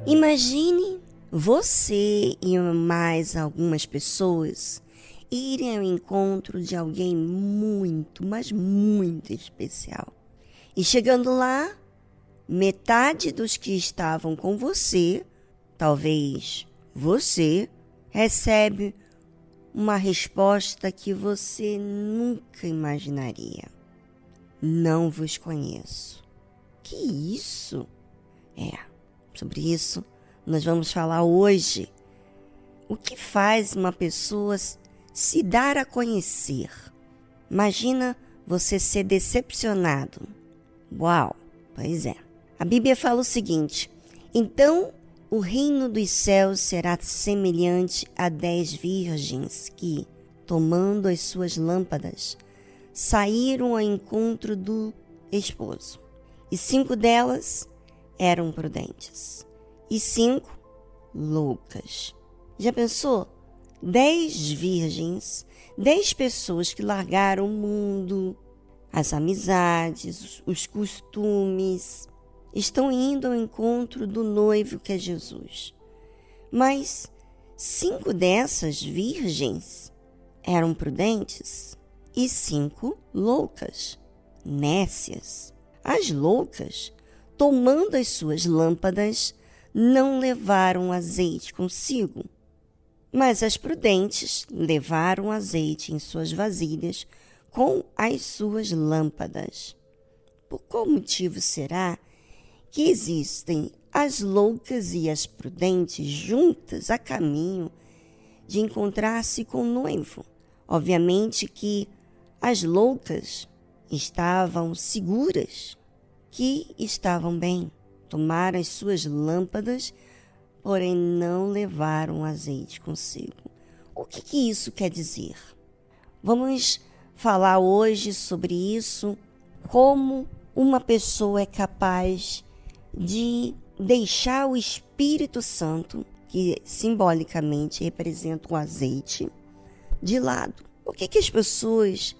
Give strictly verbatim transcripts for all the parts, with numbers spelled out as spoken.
Imagine você e mais algumas pessoas irem ao encontro de alguém muito, mas muito especial. E chegando lá, metade dos que estavam com você, talvez você, recebe uma resposta que você nunca imaginaria. Não vos conheço. Que isso? É, sobre isso nós vamos falar hoje. O que faz uma pessoa se dar a conhecer? Imagina você ser decepcionado. Uau, pois é. A Bíblia fala o seguinte: então o reino dos céus será semelhante a dez virgens que, tomando as suas lâmpadas, saíram ao encontro do esposo. E cinco delas eram prudentes e cinco loucas. Já pensou? Dez virgens, dez pessoas que largaram o mundo, as amizades, os costumes, estão indo ao encontro do noivo que é Jesus. Mas cinco dessas virgens eram prudentes e cinco loucas, nécias. As loucas, tomando as suas lâmpadas, não levaram azeite consigo, mas as prudentes levaram azeite em suas vasilhas com as suas lâmpadas. Por qual motivo será que existem as loucas e as prudentes juntas a caminho de encontrar-se com o noivo? Obviamente que as loucas estavam seguras, que estavam bem, tomaram as suas lâmpadas, porém não levaram azeite consigo. O que, que isso quer dizer? Vamos falar hoje sobre isso, como uma pessoa é capaz de deixar o Espírito Santo, que simbolicamente representa o azeite, de lado. Por que, que as pessoas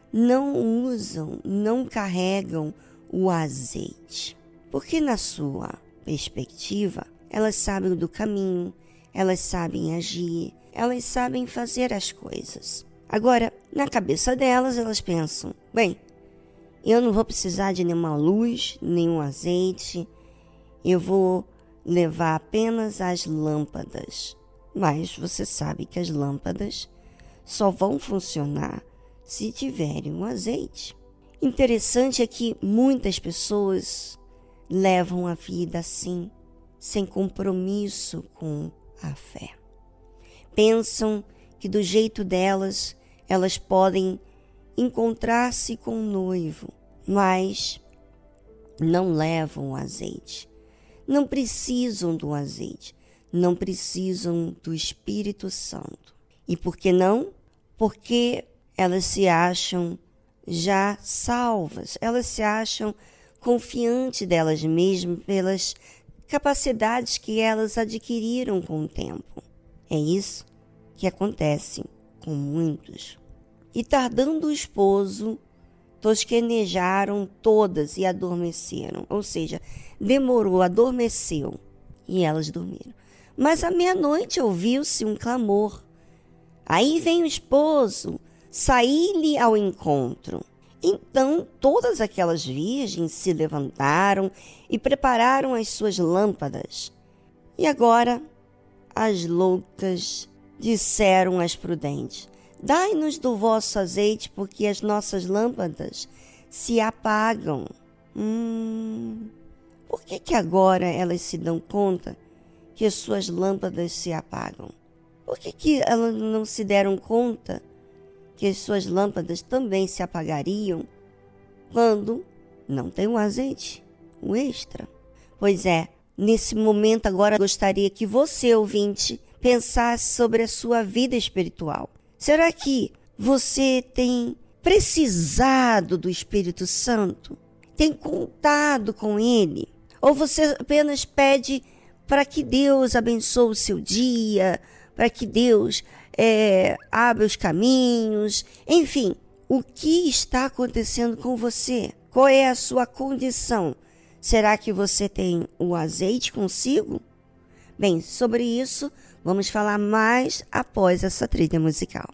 não usam, não carregam o azeite? Porque na sua perspectiva, elas sabem do caminho, elas sabem agir, elas sabem fazer as coisas. Agora, na cabeça delas, elas pensam, bem, eu não vou precisar de nenhuma luz, nenhum azeite, eu vou levar apenas as lâmpadas. Mas você sabe que as lâmpadas só vão funcionar se tiverem um azeite. Interessante é que muitas pessoas levam a vida assim, sem compromisso com a fé. Pensam que do jeito delas, elas podem encontrar-se com o noivo, mas não levam o azeite. Não precisam do azeite, não precisam do Espírito Santo. E por que não? Porque elas se acham já salvas, elas se acham confiantes delas mesmas pelas capacidades que elas adquiriram com o tempo. É isso que acontece com muitos. E tardando o esposo, tosquenejaram todas e adormeceram. Ou seja, demorou, adormeceu e elas dormiram. Mas à meia-noite ouviu-se um clamor. Aí vem o esposo, saí-lhe ao encontro. Então todas aquelas virgens se levantaram e prepararam as suas lâmpadas. E agora as loucas disseram às prudentes: dai-nos do vosso azeite, porque as nossas lâmpadas se apagam. Hum, por que que agora elas se dão conta que as suas lâmpadas se apagam? Por que que elas não se deram conta que as suas lâmpadas também se apagariam quando não tem o azeite, o extra? Pois é, nesse momento agora gostaria que você, ouvinte, pensasse sobre a sua vida espiritual. Será que você tem precisado do Espírito Santo? Tem contado com Ele? Ou você apenas pede para que Deus abençoe o seu dia, para que Deus é, abra os caminhos? Enfim, o que está acontecendo com você? Qual é a sua condição? Será que você tem o azeite consigo? Bem, sobre isso, vamos falar mais após essa trilha musical.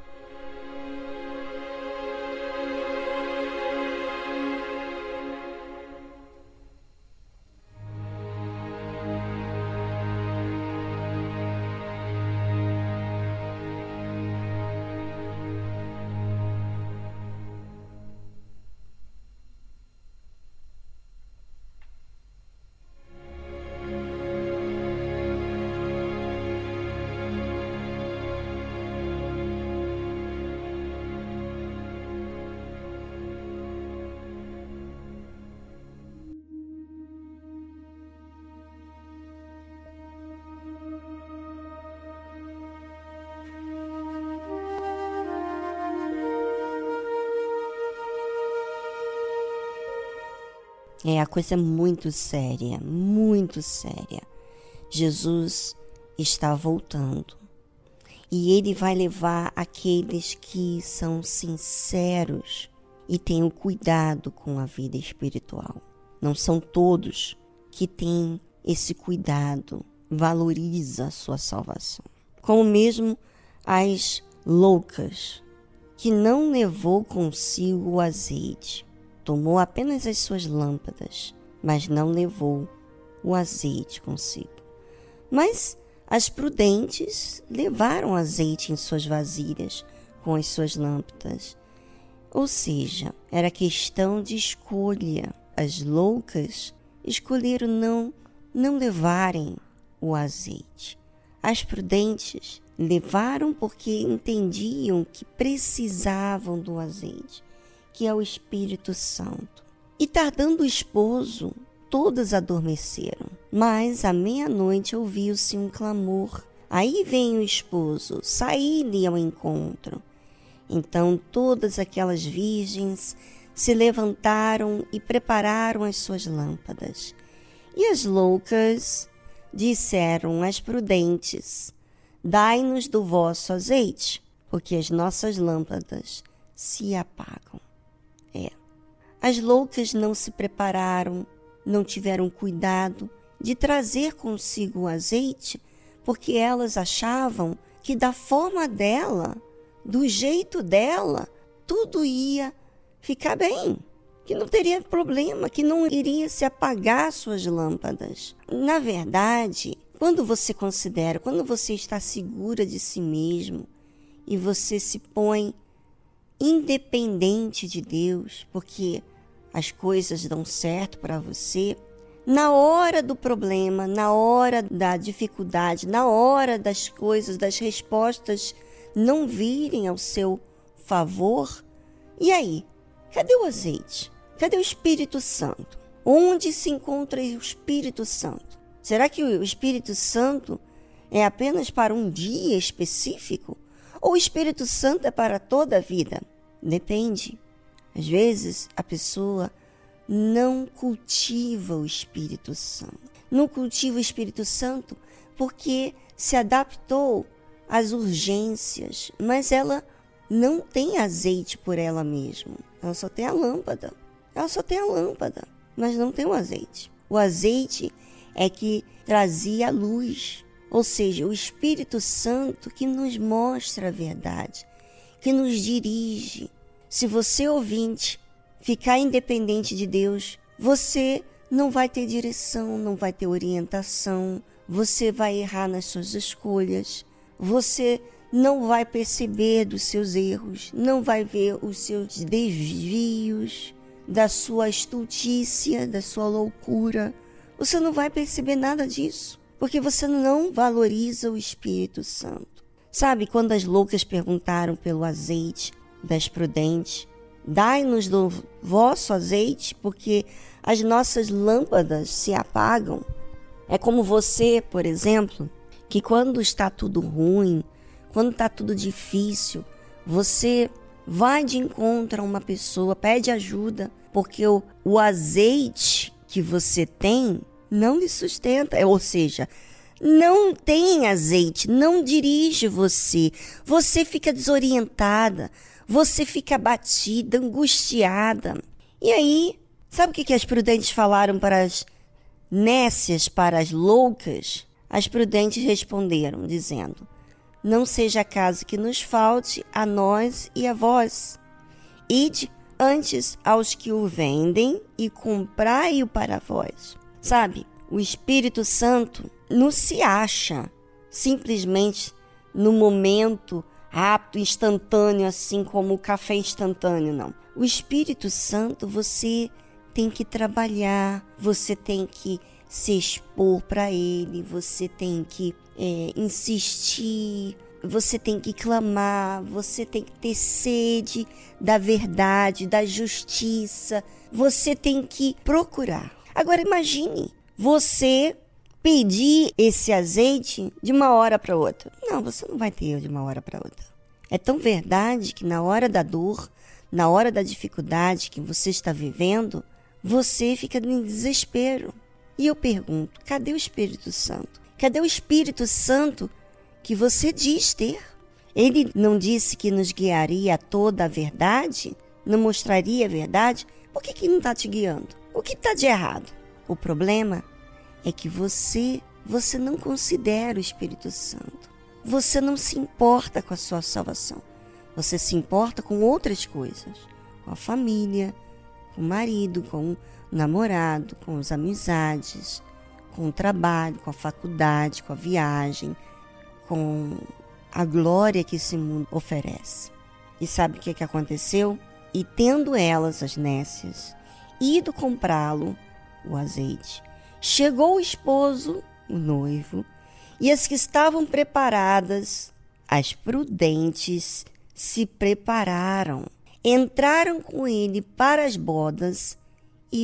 É, a coisa é muito séria, muito séria. Jesus está voltando. E ele vai levar aqueles que são sinceros e têm o cuidado com a vida espiritual. Não são todos que têm esse cuidado, valoriza a sua salvação. Como mesmo as loucas, que não levou consigo o azeite. Tomou apenas as suas lâmpadas, mas não levou o azeite consigo. Mas as prudentes levaram azeite em suas vasilhas com as suas lâmpadas. Ou seja, era questão de escolha. As loucas escolheram não, não levarem o azeite. As prudentes levaram porque entendiam que precisavam do azeite, que é o Espírito Santo. E tardando o esposo, todas adormeceram. Mas à meia-noite ouviu-se um clamor. Aí vem o esposo, saí-lhe ao encontro. Então todas aquelas virgens se levantaram e prepararam as suas lâmpadas. E as loucas disseram às prudentes: dai-nos do vosso azeite, porque as nossas lâmpadas se apagam. É. As loucas não se prepararam, não tiveram cuidado de trazer consigo o azeite, porque elas achavam que da forma dela, do jeito dela, tudo ia ficar bem, que não teria problema, que não iria se apagar suas lâmpadas. Na verdade, quando você considera, quando você está segura de si mesmo e você se põe independente de Deus, porque as coisas dão certo para você, na hora do problema, na hora da dificuldade, na hora das coisas, das respostas não virem ao seu favor, e aí? Cadê o azeite? Cadê o Espírito Santo? Onde se encontra o Espírito Santo? Será que o Espírito Santo é apenas para um dia específico? Ou o Espírito Santo é para toda a vida? Depende. Às vezes, a pessoa não cultiva o Espírito Santo. Não cultiva o Espírito Santo porque se adaptou às urgências, mas ela não tem azeite por ela mesma. Ela só tem a lâmpada. Ela só tem a lâmpada, mas não tem o azeite. O azeite é que trazia a luz, ou seja, o Espírito Santo que nos mostra a verdade, que nos dirige. Se você, ouvinte, ficar independente de Deus, você não vai ter direção, não vai ter orientação, você vai errar nas suas escolhas, você não vai perceber dos seus erros, não vai ver os seus desvios, da sua estultícia, da sua loucura. Você não vai perceber nada disso, porque você não valoriza o Espírito Santo. Sabe, quando as loucas perguntaram pelo azeite das prudentes, dai-nos do vosso azeite, porque as nossas lâmpadas se apagam. É como você, por exemplo, que quando está tudo ruim, quando está tudo difícil, você vai de encontro a uma pessoa, pede ajuda, porque o, o azeite que você tem não lhe sustenta, ou seja, não tem azeite, não dirige você, você fica desorientada, você fica abatida, angustiada. E aí, sabe o que, que as prudentes falaram para as nécias, para as loucas? As prudentes responderam, dizendo: não seja caso que nos falte a nós e a vós. Ide antes aos que o vendem e comprai-o para vós. Sabe, o Espírito Santo não se acha simplesmente no momento rápido, instantâneo, assim como o café instantâneo, não. O Espírito Santo você tem que trabalhar, você tem que se expor para ele, você tem que é, insistir, você tem que clamar, você tem que ter sede da verdade, da justiça, você tem que procurar. Agora imagine você pedir esse azeite de uma hora para outra. Não, você não vai ter de uma hora para outra. É tão verdade que na hora da dor, na hora da dificuldade que você está vivendo, você fica em desespero. E eu pergunto, cadê o Espírito Santo? Cadê o Espírito Santo que você diz ter? Ele não disse que nos guiaria a toda a verdade? Não mostraria a verdade? Por que que não está te guiando? O que está de errado? O problema é que você, você não considera o Espírito Santo. Você não se importa com a sua salvação. Você se importa com outras coisas. Com a família, com o marido, com o namorado, com as amizades, com o trabalho, com a faculdade, com a viagem, com a glória que esse mundo oferece. E sabe o que, que aconteceu? E tendo elas, as nécias, ido comprá-lo, o azeite, chegou o esposo, o noivo, e as que estavam preparadas, as prudentes, se prepararam, entraram com ele para as bodas e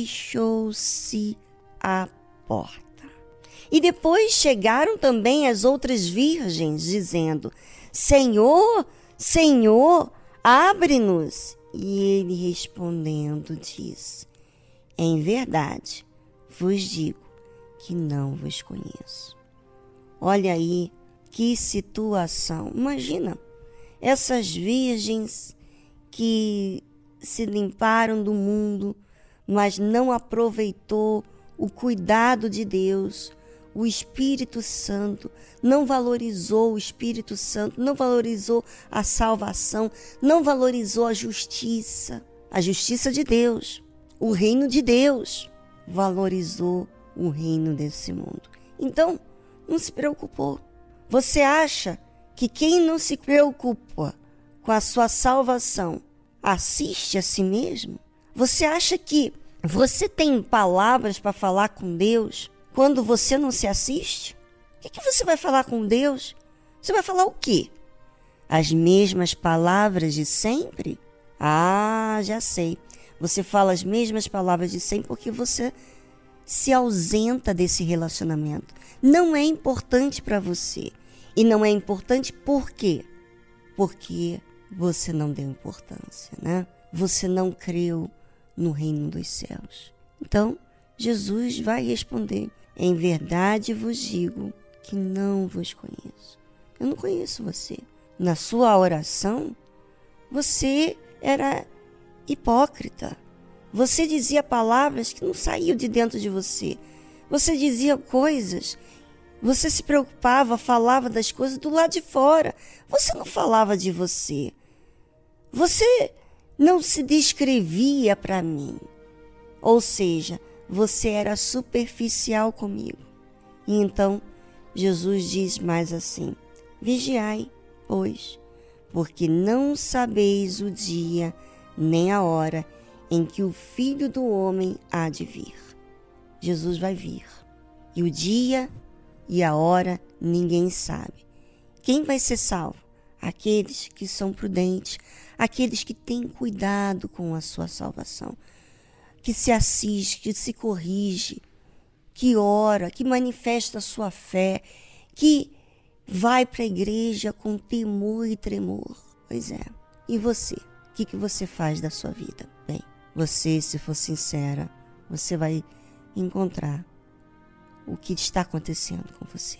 fechou-se a porta. E depois chegaram também as outras virgens, dizendo: Senhor, Senhor, abre-nos. E ele respondendo disse: em verdade vos digo que não vos conheço. Olha aí que situação. Imagina, essas virgens que se limparam do mundo, mas não aproveitou o cuidado de Deus, o Espírito Santo, não valorizou o Espírito Santo, não valorizou a salvação, não valorizou a justiça, a justiça de Deus, o reino de Deus, valorizou o reino desse mundo. Então, não se preocupou. Você acha que quem não se preocupa com a sua salvação assiste a si mesmo? Você acha que você tem palavras para falar com Deus quando você não se assiste? O que, que você vai falar com Deus? Você vai falar o quê? As mesmas palavras de sempre? Ah, já sei. Você fala as mesmas palavras de sempre porque você se ausenta desse relacionamento. Não é importante para você. E não é importante por quê? Porque você não deu importância, né? Você não creu no reino dos céus. Então, Jesus vai responder: em verdade vos digo que não vos conheço. Eu não conheço você. Na sua oração, você era hipócrita. Você dizia palavras que não saíam de dentro de você. Você dizia coisas, você se preocupava, falava das coisas do lado de fora. Você não falava de você. Você não se descrevia para mim. Ou seja, você era superficial comigo. E então, Jesus diz mais assim: vigiai, pois, porque não sabeis o dia nem a hora em que o Filho do Homem há de vir. Jesus vai vir. E o dia e a hora ninguém sabe. Quem vai ser salvo? Aqueles que são prudentes, aqueles que têm cuidado com a sua salvação, que se assiste, que se corrige, que ora, que manifesta a sua fé, que vai para a igreja com temor e tremor. Pois é. E você? O que, que você faz da sua vida? Bem, você, se for sincera, você vai encontrar o que está acontecendo com você.